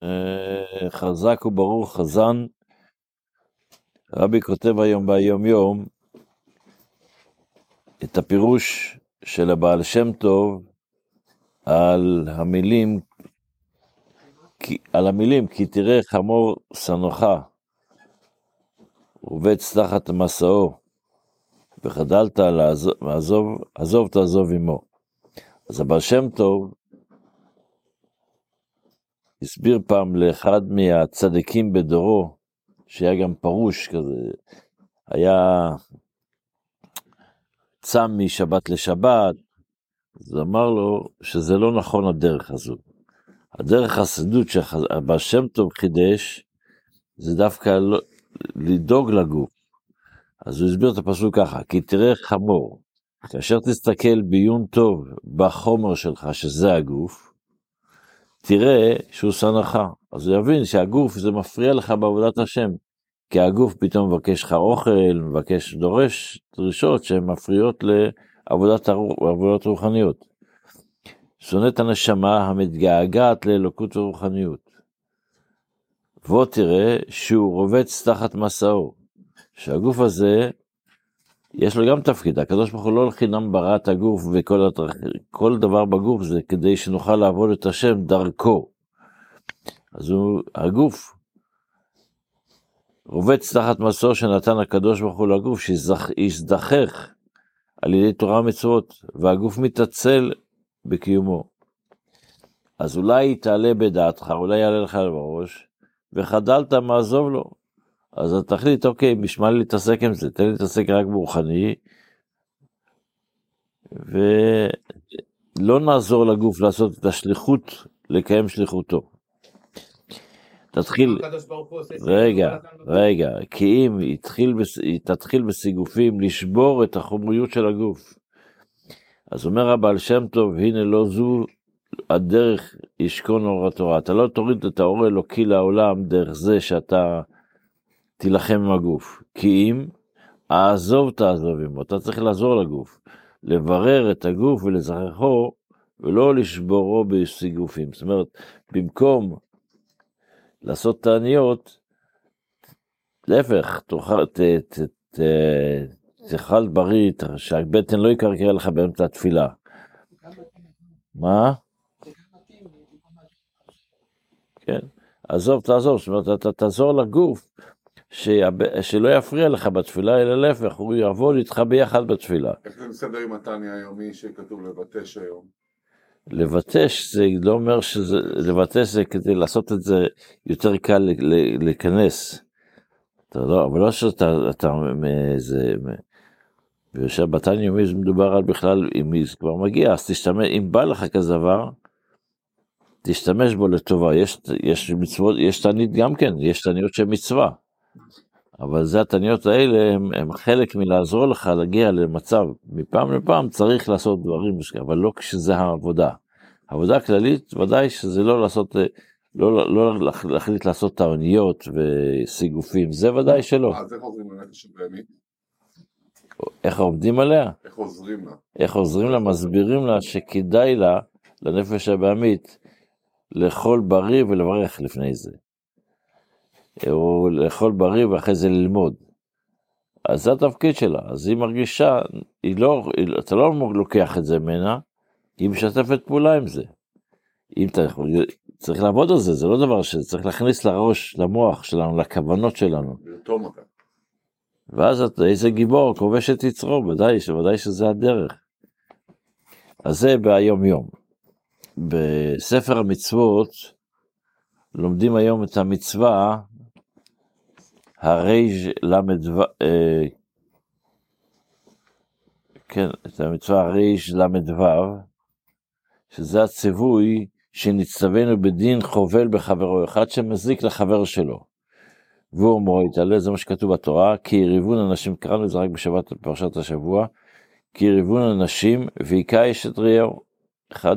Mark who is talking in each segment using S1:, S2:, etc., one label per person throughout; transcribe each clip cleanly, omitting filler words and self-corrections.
S1: חזק וברוך חזן. רבי כותב היום ביום יום את הפירוש של הבעל שם טוב על המילים כי תראה חמור שנוחה ובץ תחת מסעו וחדלת עזוב תעזוב עמו. אז הבעל שם טוב הסביר פעם לאחד מהצדיקים בדורו, שהיה גם פרוש כזה, היה צם משבת לשבת, אז אמר לו שזה לא נכון הדרך הזו. הדרך הסדות שהבעל שם טוב חידש, זה דווקא לדאוג לגוף. אז הוא הסביר את הפסוק ככה, כי תראה חמור, כאשר תסתכל בעיון טוב בחומר שלך, שזה הגוף, תראה שהוא שנחה, אז הוא יבין שהגוף זה מפריע לך בעבודת השם, כי הגוף פתאום מבקש לך אוכל, דורש דרישות שהן מפריעות לעבודת רוחניות. שונא את הנשמה המתגעגעת לאלוקות ורוחניות. בוא תראה שהוא רובץ תחת מסעו, שהגוף הזה יש לו גם תפקיד, הקדוש ברוך הוא לא לחינם ברא את הגוף, וכל דבר בגוף זה כדי שנוכל לעבוד את השם דרכו. אז הגוף רובץ תחת מסעו שנתן הקדוש ברוך הוא לגוף, שיזדחך על ידי תורה ומצוות, והגוף מתעצל בקיומו. אז אולי תעלה בדעתך, אולי יעלה לך בראש, וחדלת מעזוב לו. אז אתה תחליט, אוקיי, בשביל לי להתעסק עם זה, תן לי להתעסק רק ברוחני, ולא נעזור לגוף לעשות את השליחות, לקיים שליחותו. תתחיל, רגע, כי אם תתחיל בסיגופים, לשבור את החומריות של הגוף. אז אומר הבעל שם טוב, הנה לא זו הדרך ישכון אור התורה. אתה לא תוריד את האור אלוקי לעולם דרך זה שאתה תילחם עם הגוף, כי אם תעזוב עמו, אתה צריך לעזור לגוף, לברר את הגוף ולזכחו, ולא לשבורו בסיגופים. זאת אומרת, במקום לעשות תעניות, להפך, תאכל בריא, שהבטן לא יקרקר לך באמצע התפילה. מה? כן, תעזוב, זאת אומרת, אתה תעזור לגוף, שלא יפריע לך בתפילה, אלא להפך, הוא יעבוד איתך ביחד בתפילה.
S2: איך זה מסדר עם התניא היומי שכתוב לבטש היום? לבטש
S1: זה לא אומר שזה, לבטש זה כדי לעשות את זה יותר קל להיכנס. אבל לא שאתה, בתניא יומי זה מדובר על בכלל, אם זה כבר מגיע, אז תשתמש, אם בא לך כזה דבר, תשתמש בו לטובה. יש מצוות, יש תענית גם כן, יש תעניות של מצווה. אבל זה התעניות האלה, הם חלק מלעזור לך להגיע למצב, מפעם לפעם צריך לעשות דברים, אבל לא כשזה העבודה. העבודה הכללית, ודאי שזה לא לעשות, לא להחליט לעשות תעניות וסיגופים, זה ודאי שלא.
S2: אז איך עוזרים לנפש הבהמית?
S1: איך עובדים עליה?
S2: איך עוזרים לה?
S1: איך עוזרים לה? מסבירים לה שכדאי לה, לנפש הבהמית, לאכול בריא ולברך לפני זה. או לאכול בריא ואחרי זה ללמוד. אז זה התפקיד שלה. אז היא מרגישה, אתה לא לוקח את זה ממנה, היא משתפת פעולה עם זה. אם צריך לעבוד על זה, זה לא דבר שצריך להכניס לראש, למוח שלנו, לכוונות שלנו.
S2: לרתום אותה.
S1: ואז איזה גיבור כובש את יצרו, ודאי שזה הדרך. אז זה ביום יום. בספר המצוות, לומדים היום את המצווה, הרייש למדו, כן, את המצווה הרייש למדו, שזה הציווי שנצטווינו בדין חובל בחברו, אחד שמזיק לחבר שלו. והוא אומר איתלה, זה מה שכתוב בתורה, כי יריבון אנשים, קראנו את זה רק בשבת פרשת השבוע, כי יריבון אנשים ויקה אשת רעהו, אחד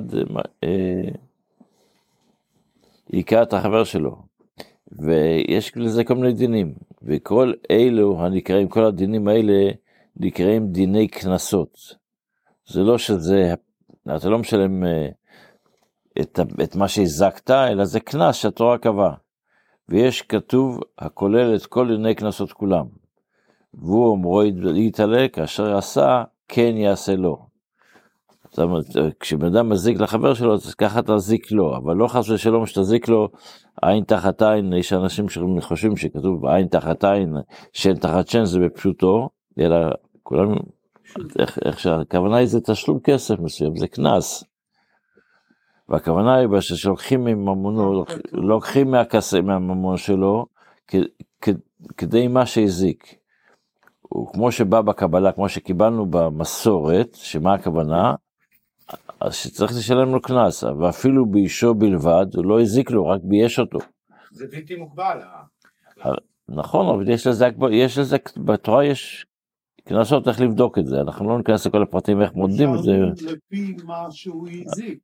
S1: יקה את החבר שלו. ויש לזה כל מיני דינים, וכל אלו הנקראים, כל הדינים האלה נקראים דיני כנסות. זה לא שזה, אתה לא משלם את מה שהזקת, אלא זה קנס שהתורה קבעה. ויש כתוב הכולל את כל דיני קנסות כולם. והוא אומרו יתעלה, כאשר עשה, כן יעשה לו. זאת אומרת, כשבן אדם מזיק לחבר שלו, אז ככה תזיק לו, אבל לא חס ושלום שתזיק לו עין תחת עין. יש אנשים שחושבים שכתוב עין תחת עין, שן תחת שן, זה בפשוטו, אלא כולם, איך שהכוונה היא זה תשלום כסף מסוים, זה קנס. והכוונה היא שלוקחים מממונו, לוקחים מהממון שלו, כדי מה שהזיק. וכמו שבא בקבלה, כמו שקיבלנו במסורת, שמה הכוונה? אז שצריך לשלם לו קנס, ואפילו באישו בלבד, הוא לא הזיק לו, רק בייש אותו.
S3: זה בלתי מוגבל.
S1: נכון, אבל יש לזה, בתורה יש קנסות, איך לבדוק את זה, אנחנו לא ניכנס לכל הפרטים איך מודדים את זה.
S4: לפי מה שהוא הזיק.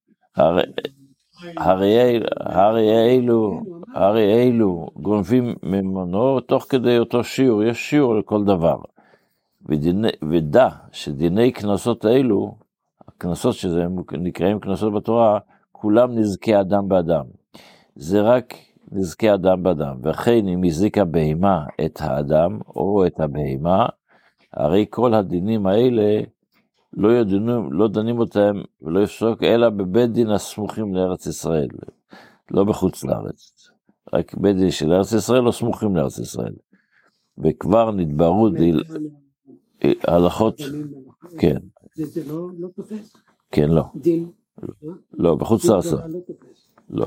S1: הרי אלו גונבים ממנו תוך כדי אותו שיעור, יש שיעור לכל דבר. ודע שדיני קנסות האלו, הקנסות שזה נקראים קנסות בתורה, כולם נזקי אדם באדם. זה רק נזקי אדם באדם. וכן אם הזיק הבהמה את האדם או את הבהמה, הרי כל הדינים האלה לא דנים אותם ולא יפסוק אלא בבית דין הסמוכים לארץ ישראל, לא בחוץ לארץ. רק בית דין של ארץ ישראל לא סמוכים לארץ ישראל. וכבר נתבררו הלכות, כן.
S4: זה לא תופס?
S1: כן, לא.
S4: דין?
S1: לא, בחוץ לארץ. לא.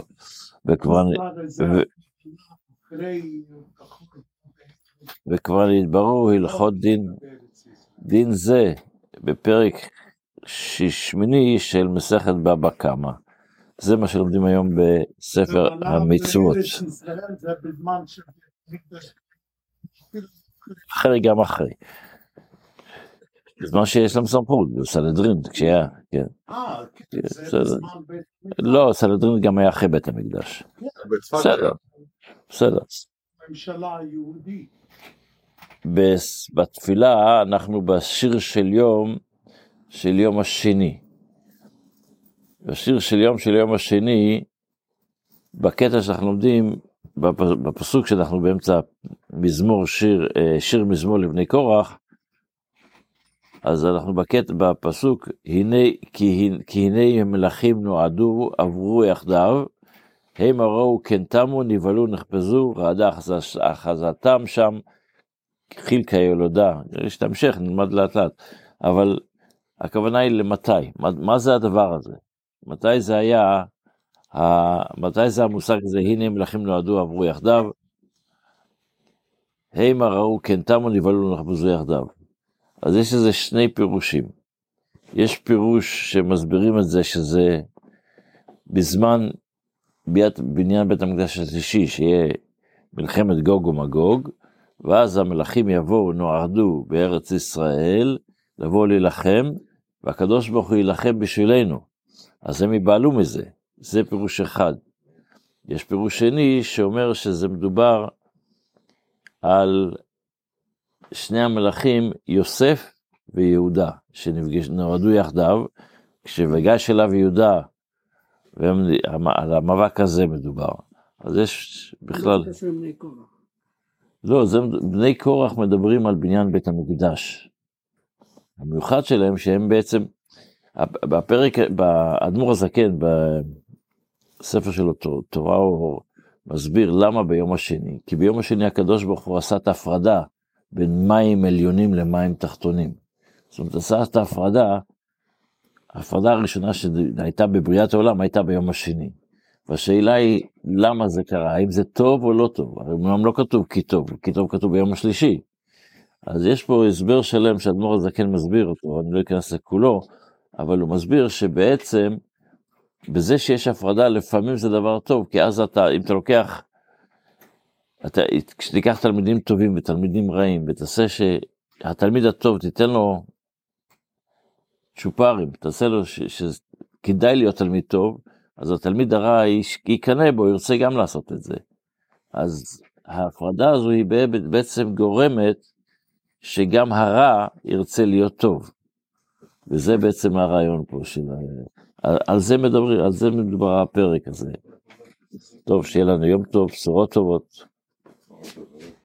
S1: וכבר נתבררו הלכות דין זה בפרק שמיני של מסכת בבא קמא. זה מה שלומדים היום בספר המצוות. גם אחרי. זמן שיש להם סמכות, סנהדרין, כשהיה, כן. לא, סנהדרין גם היה אחרי בית המקדש. בסדר.
S4: ממשלה יהודית.
S1: בתפילה אנחנו בשיר של יום השני. בשיר של יום השני, בקטע שאנחנו לומדים, בפסוק שאנחנו באמצע מזמור, שיר מזמור לבני קורח, אז אנחנו בפסוק, כי הנה המלכים נועדו, עברו יחדיו, הם הראו כן תמו, נבהלו, נחפזו, רעדה אחזתם שם, חילקה ילודה, יש תמשך, נלמד לאט לאט, אבל הכוונה היא למתי, מה זה הדבר הזה? מתי זה היה, מתי זה המושג הזה, הנה המלכים נועדו, עברו יחדיו, הם הראו כן תמו, נבהלו, נחפזו יחדיו. אז יש איזה שני פירושים. יש פירוש שמסבירים את זה, שזה בזמן בניין בית המקדש השלישי, שיהיה מלחמת גוג ומגוג, ואז המלכים יבואו, נועדו בארץ ישראל, לבוא להילחם, והקדוש ברוך הוא ילחם בשבילנו. אז הם יבעלו מזה. זה פירוש אחד. יש פירוש שני שאומר שזה מדובר על שני המלכים, יוסף ויהודה, שנועדו יחדיו, כשוגש אליו יהודה, על המאבק הזה מדובר. אז יש בכלל... לא, זה בני קורח מדברים על בניין בית המקדש. המיוחד שלהם שהם בעצם, בפרק, באדמו"ר הזקן, בספר שלו תורה הוא מסביר למה ביום השני. כי ביום השני הקדוש ברוך הוא עשה את ההפרדה, בין מים עליונים למים תחתונים. זאת אומרת, עשה את ההפרדה הראשונה שהייתה בבריאת העולם, הייתה ביום השני. והשאלה היא, למה זה קרה? האם זה טוב או לא טוב? הרי אומנם לא כתוב כי טוב כתוב ביום השלישי. אז יש פה הסבר שלם שהאדמו"ר הזקן מסביר אותו, אני לא אכנס לכולו, אבל הוא מסביר שבעצם, בזה שיש הפרדה, לפעמים זה דבר טוב, כי אז אם אתה לוקח, כשתיקח תלמידים טובים ותלמידים רעים, ותעשה שהתלמיד הטוב תיתן לו צ'ופרים, תעשה לו שכדאי להיות תלמיד טוב, אז התלמיד הרע יקנה בו, ירצה גם לעשות את זה. אז ההפרדה הזו היא בעצם גורמת שגם הרע ירצה להיות טוב. וזה בעצם הרעיון פה של על זה מדברים, על זה מדובר הפרק הזה. טוב, שיהיה לנו יום טוב, בשורות טובות.